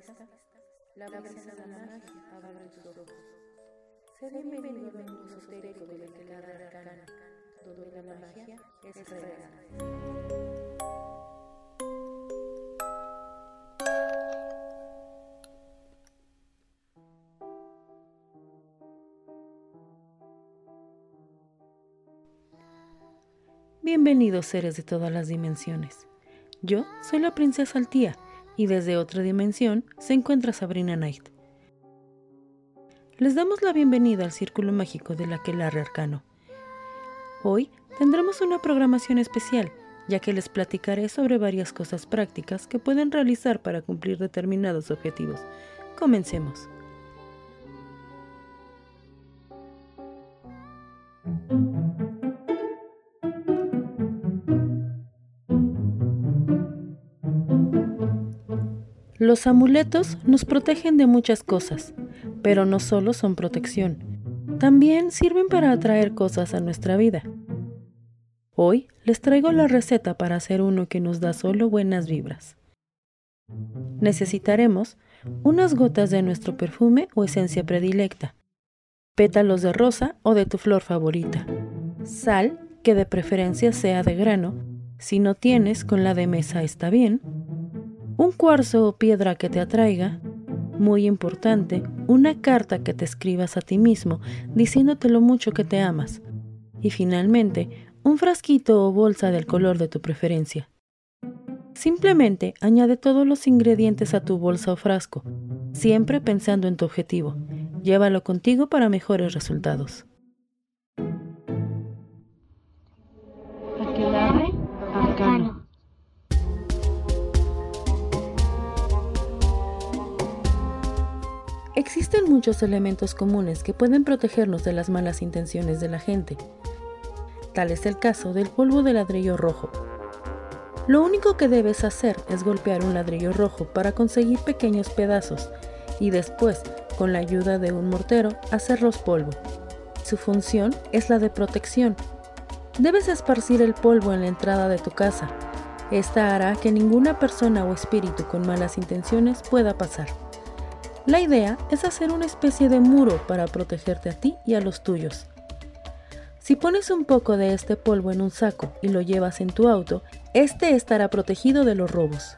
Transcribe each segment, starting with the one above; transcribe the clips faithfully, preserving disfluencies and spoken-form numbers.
la brisa de la magia abre tus ojos. Sé bienvenido al mundo esotérico de la aquelarre arcana, donde la magia es real. Bienvenidos seres de todas las dimensiones. Yo soy la princesa Altía y desde otra dimensión se encuentra Sabrina Night. Les damos la bienvenida al Círculo Mágico del Aquelarre Arcano. Hoy tendremos una programación especial, ya que les platicaré sobre varias cosas prácticas que pueden realizar para cumplir determinados objetivos. Comencemos. Los amuletos nos protegen de muchas cosas, pero no solo son protección, también sirven para atraer cosas a nuestra vida. Hoy les traigo la receta para hacer uno que nos da solo buenas vibras. Necesitaremos unas gotas de nuestro perfume o esencia predilecta, pétalos de rosa o de tu flor favorita, sal, que de preferencia sea de grano, si no tienes, con la de mesa está bien, un cuarzo o piedra que te atraiga, muy importante, una carta que te escribas a ti mismo diciéndote lo mucho que te amas, y finalmente, un frasquito o bolsa del color de tu preferencia. Simplemente añade todos los ingredientes a tu bolsa o frasco, siempre pensando en tu objetivo. Llévalo contigo para mejores resultados. Aquelarre Arcano. Existen muchos elementos comunes que pueden protegernos de las malas intenciones de la gente. Tal es el caso del polvo de ladrillo rojo. Lo único que debes hacer es golpear un ladrillo rojo para conseguir pequeños pedazos y después, con la ayuda de un mortero, hacerlos polvo. Su función es la de protección. Debes esparcir el polvo en la entrada de tu casa. Esta hará que ninguna persona o espíritu con malas intenciones pueda pasar. La idea es hacer una especie de muro para protegerte a ti y a los tuyos. Si pones un poco de este polvo en un saco y lo llevas en tu auto, este estará protegido de los robos.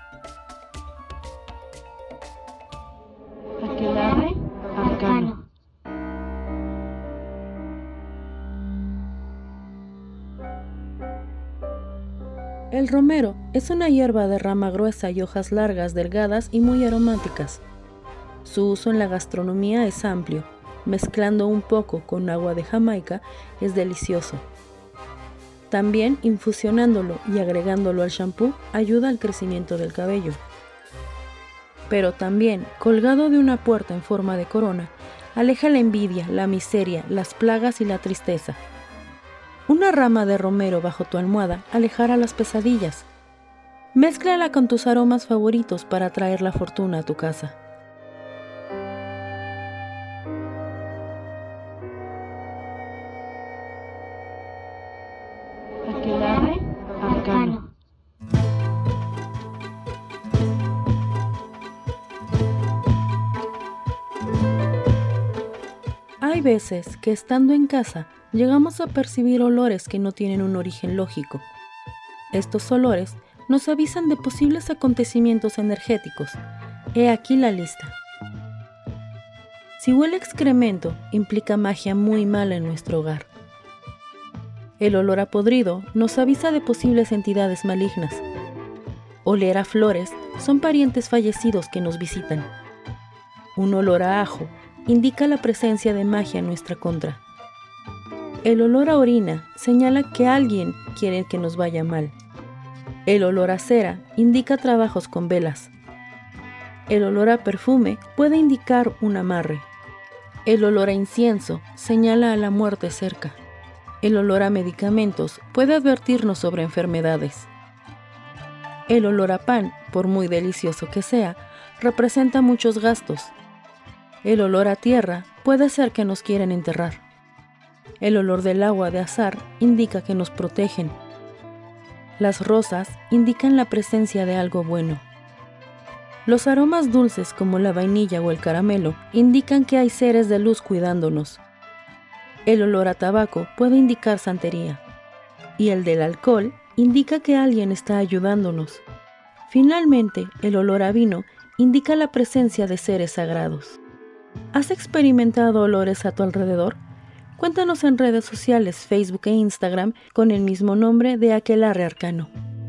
Aquelarre Arcano. El romero es una hierba de rama gruesa y hojas largas, delgadas y muy aromáticas. Su uso en la gastronomía es amplio. Mezclando un poco con agua de Jamaica es delicioso. También infusionándolo y agregándolo al shampoo ayuda al crecimiento del cabello. Pero también, colgado de una puerta en forma de corona, aleja la envidia, la miseria, las plagas y la tristeza. Una rama de romero bajo tu almohada alejará las pesadillas. Mézclala con tus aromas favoritos para atraer la fortuna a tu casa. Aquelarre Arcano. Hay veces que estando en casa llegamos a percibir olores que no tienen un origen lógico. Estos olores nos avisan de posibles acontecimientos energéticos. He aquí la lista. Si huele a excremento, implica magia muy mala en nuestro hogar. El olor a podrido nos avisa de posibles entidades malignas. Oler a flores son parientes fallecidos que nos visitan. Un olor a ajo indica la presencia de magia en nuestra contra. El olor a orina señala que alguien quiere que nos vaya mal. El olor a cera indica trabajos con velas. El olor a perfume puede indicar un amarre. El olor a incienso señala a la muerte cerca. El olor a medicamentos puede advertirnos sobre enfermedades. El olor a pan, por muy delicioso que sea, representa muchos gastos. El olor a tierra puede ser que nos quieren enterrar. El olor del agua de azahar indica que nos protegen. Las rosas indican la presencia de algo bueno. Los aromas dulces como la vainilla o el caramelo indican que hay seres de luz cuidándonos. El olor a tabaco puede indicar santería. Y el del alcohol indica que alguien está ayudándonos. Finalmente, el olor a vino indica la presencia de seres sagrados. ¿Has experimentado olores a tu alrededor? Cuéntanos en redes sociales, Facebook e Instagram con el mismo nombre de Aquelarre Arcano.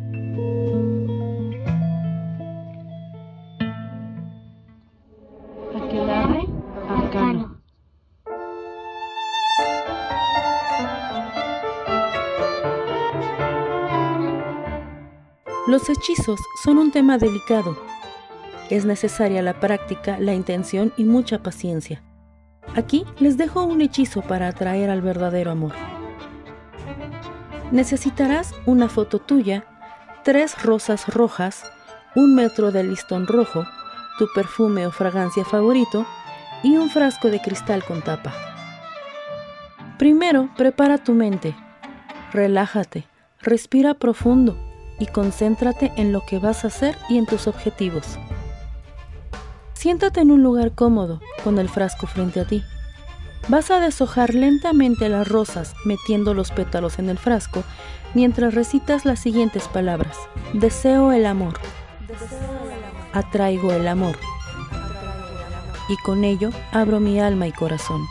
Aquelarre Arcano. Los hechizos son un tema delicado. Es necesaria la práctica, la intención y mucha paciencia. Aquí les dejo un hechizo para atraer al verdadero amor. Necesitarás una foto tuya, tres rosas rojas, un metro de listón rojo, tu perfume o fragancia favorito y un frasco de cristal con tapa. Primero, prepara tu mente. Relájate, respira profundo y concéntrate en lo que vas a hacer y en tus objetivos. Siéntate en un lugar cómodo, con el frasco frente a ti. Vas a deshojar lentamente las rosas, metiendo los pétalos en el frasco, mientras recitas las siguientes palabras. Deseo el amor. Atraigo el amor. Y con ello abro mi alma y corazón.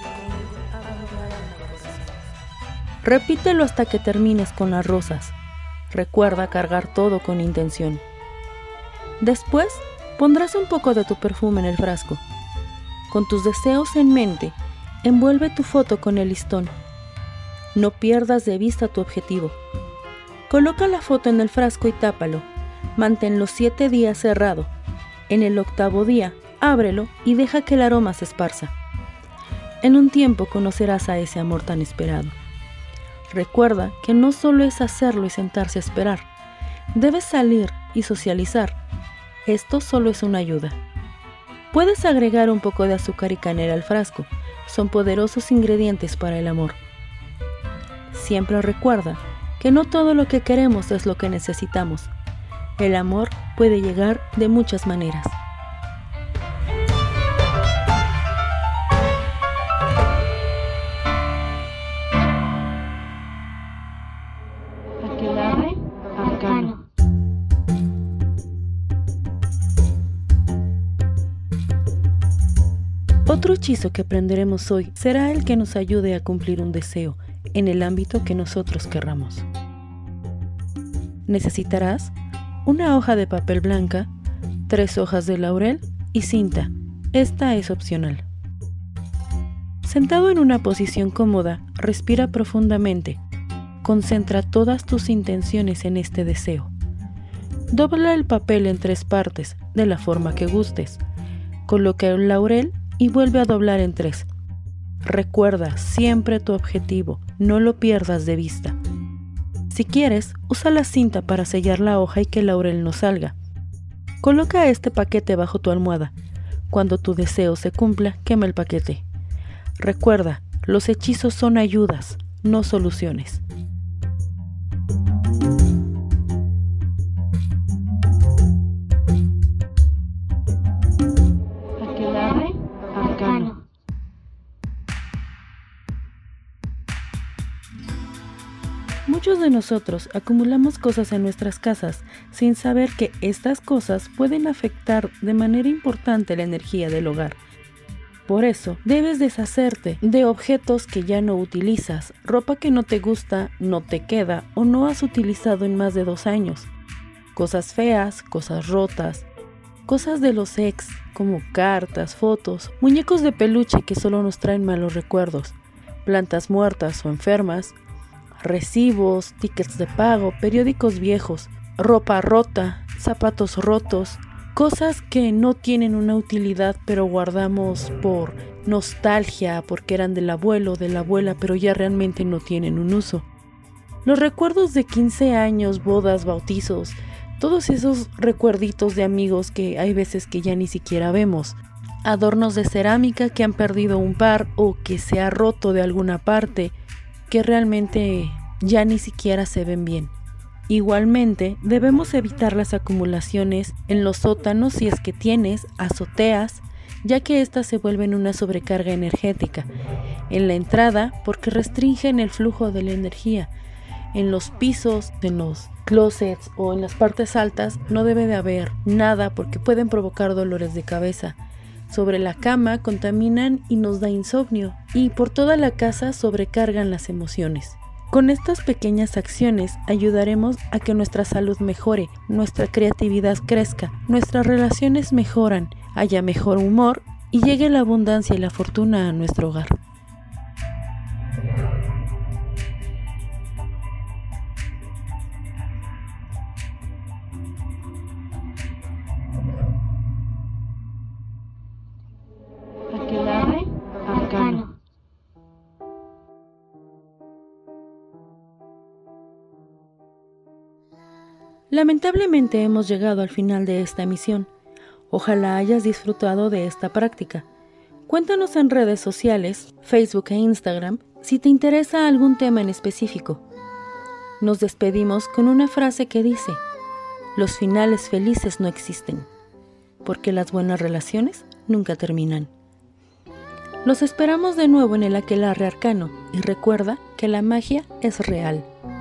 Repítelo hasta que termines con las rosas. Recuerda cargar todo con intención. Después, pondrás un poco de tu perfume en el frasco. Con tus deseos en mente, envuelve tu foto con el listón. No pierdas de vista tu objetivo. Coloca la foto en el frasco y tápalo. Manténlo siete días cerrado. En el octavo día, ábrelo y deja que el aroma se esparza. En un tiempo conocerás a ese amor tan esperado. Recuerda que no solo es hacerlo y sentarse a esperar. Debes salir y socializar. Esto solo es una ayuda. Puedes agregar un poco de azúcar y canela al frasco. Son poderosos ingredientes para el amor. Siempre recuerda que no todo lo que queremos es lo que necesitamos. El amor puede llegar de muchas maneras. Aquelarre Arcano. Otro hechizo que aprenderemos hoy será el que nos ayude a cumplir un deseo en el ámbito que nosotros querramos. Necesitarás una hoja de papel blanca, tres hojas de laurel y cinta. Esta es opcional. Sentado en una posición cómoda, respira profundamente. Concentra todas tus intenciones en este deseo. Dobla el papel en tres partes, de la forma que gustes. Coloca el laurel y vuelve a doblar en tres. Recuerda siempre tu objetivo, no lo pierdas de vista. Si quieres, usa la cinta para sellar la hoja y que el laurel no salga. Coloca este paquete bajo tu almohada. Cuando tu deseo se cumpla, quema el paquete. Recuerda, los hechizos son ayudas, no soluciones. Aquelarre Arcano. Muchos de nosotros acumulamos cosas en nuestras casas sin saber que estas cosas pueden afectar de manera importante la energía del hogar. Por eso, debes deshacerte de objetos que ya no utilizas, ropa que no te gusta, no te queda o no has utilizado en más de dos años. Cosas feas, cosas rotas, cosas de los ex, como cartas, fotos, muñecos de peluche que solo nos traen malos recuerdos, plantas muertas o enfermas, recibos, tickets de pago, periódicos viejos, ropa rota, zapatos rotos, cosas que no tienen una utilidad pero guardamos por nostalgia porque eran del abuelo o de la abuela pero ya realmente no tienen un uso. Los recuerdos de quince años, bodas, bautizos, todos esos recuerditos de amigos que hay veces que ya ni siquiera vemos. Adornos de cerámica que han perdido un par o que se ha roto de alguna parte, que realmente ya ni siquiera se ven bien. Igualmente, debemos evitar las acumulaciones en los sótanos si es que tienes azoteas, ya que éstas se vuelven una sobrecarga energética. En la entrada, porque restringen el flujo de la energía. En los pisos, en los closets o en las partes altas no debe de haber nada porque pueden provocar dolores de cabeza. Sobre la cama contaminan y nos da insomnio, y por toda la casa sobrecargan las emociones. Con estas pequeñas acciones ayudaremos a que nuestra salud mejore, nuestra creatividad crezca, nuestras relaciones mejoran, haya mejor humor y llegue la abundancia y la fortuna a nuestro hogar. Aquelarre arcano. Lamentablemente hemos llegado al final de esta emisión. Ojalá hayas disfrutado de esta práctica. Cuéntanos en redes sociales, Facebook e Instagram, si te interesa algún tema en específico. Nos despedimos con una frase que dice: los finales felices no existen, porque las buenas relaciones nunca terminan. Los esperamos de nuevo en el Aquelarre Arcano y recuerda que la magia es real.